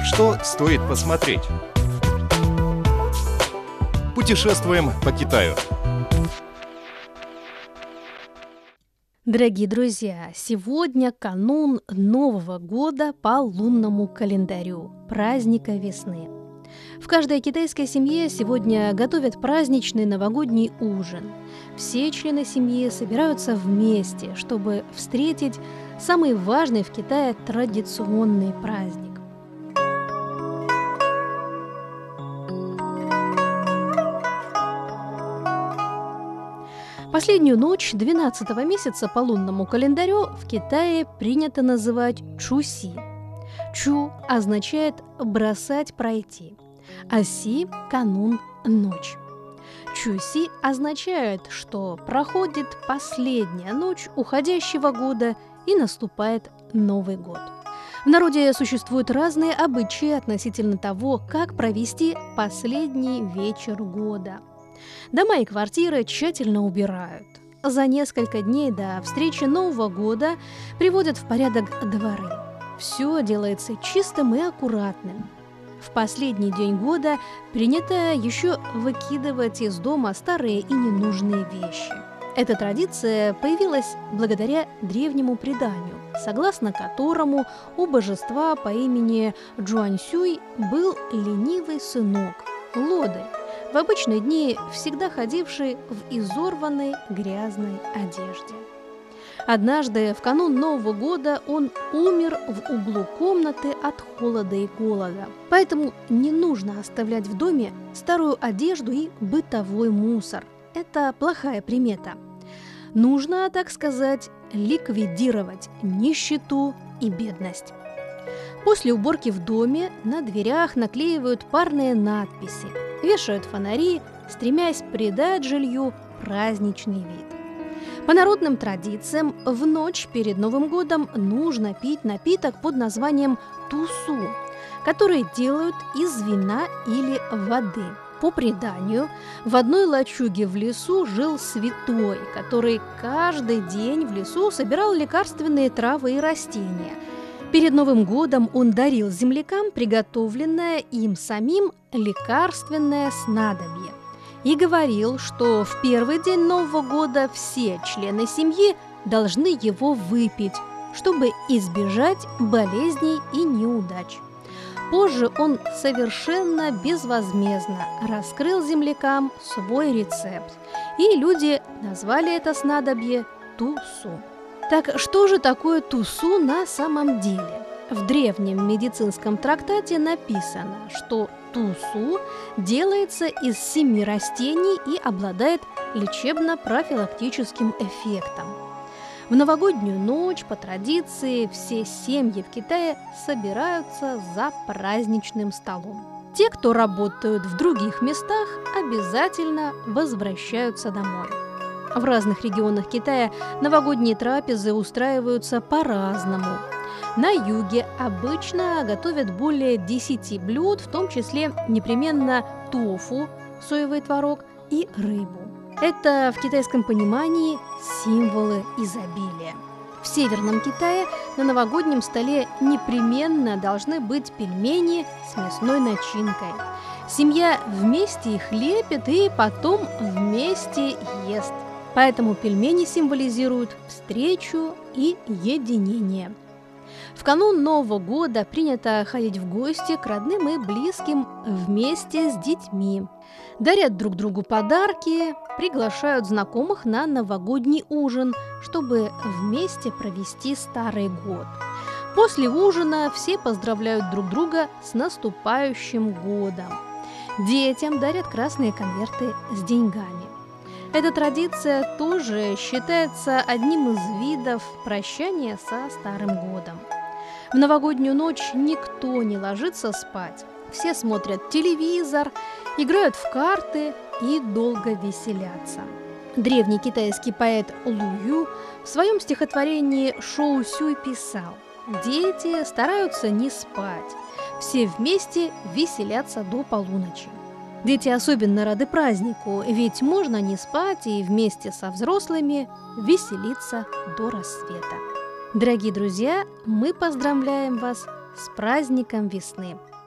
Что стоит посмотреть? Путешествуем по Китаю. Дорогие друзья, сегодня канун Нового года по лунному календарю, праздника весны. В каждой китайской семье сегодня готовят праздничный новогодний ужин. Все члены семьи собираются вместе, чтобы встретить самый важный в Китае традиционный праздник. Последнюю ночь 12-го месяца по лунному календарю в Китае принято называть Чуси. Чу означает «бросать, пройти», а Си – канун, ночь. Чуси означает, что проходит последняя ночь уходящего года и наступает Новый год. В народе существуют разные обычаи относительно того, как провести последний вечер года. Дома и квартиры тщательно убирают. За несколько дней до встречи Нового года приводят в порядок дворы. Все делается чистым и аккуратным. В последний день года принято еще выкидывать из дома старые и ненужные вещи. Эта традиция появилась благодаря древнему преданию, согласно которому у божества по имени Джуаньсюй был ленивый сынок – лодырь, в обычные дни всегда ходивший в изорванной грязной одежде. Однажды, в канун Нового года, он умер в углу комнаты от холода и голода. Поэтому не нужно оставлять в доме старую одежду и бытовой мусор. Это плохая примета. Нужно, так сказать, ликвидировать нищету и бедность. После уборки в доме на дверях наклеивают парные надписи, вешают фонари, стремясь придать жилью праздничный вид. По народным традициям, в ночь перед Новым годом нужно пить напиток под названием тусу, который делают из вина или воды. По преданию, в одной лачуге в лесу жил святой, который каждый день в лесу собирал лекарственные травы и растения. Перед Новым годом он дарил землякам приготовленное им самим лекарственное снадобье и говорил, что в первый день Нового года все члены семьи должны его выпить, чтобы избежать болезней и неудач. Позже он совершенно безвозмездно раскрыл землякам свой рецепт, и люди назвали это снадобье тусу. Так что же такое тусу на самом деле? В древнем медицинском трактате написано, что тусу делается из 7 растений и обладает лечебно-профилактическим эффектом. В новогоднюю ночь, по традиции, все семьи в Китае собираются за праздничным столом. Те, кто работают в других местах, обязательно возвращаются домой. В разных регионах Китая новогодние трапезы устраиваются по-разному. На юге обычно готовят более 10 блюд, в том числе непременно тофу, соевый творог и рыбу. Это в китайском понимании символы изобилия. В Северном Китае на новогоднем столе непременно должны быть пельмени с мясной начинкой. Семья вместе их лепит и потом вместе ест. Поэтому пельмени символизируют встречу и единение. В канун Нового года принято ходить в гости к родным и близким вместе с детьми. Дарят друг другу подарки, приглашают знакомых на новогодний ужин, чтобы вместе провести старый год. После ужина все поздравляют друг друга с наступающим годом. Детям дарят красные конверты с деньгами. Эта традиция тоже считается одним из видов прощания со Старым годом. В новогоднюю ночь никто не ложится спать. Все смотрят телевизор, играют в карты и долго веселятся. Древний китайский поэт Лу Ю в своем стихотворении «Шоу Сюй» писал: «Дети стараются не спать, все вместе веселятся до полуночи». Дети особенно рады празднику, ведь можно не спать и вместе со взрослыми веселиться до рассвета. Дорогие друзья, мы поздравляем вас с праздником весны!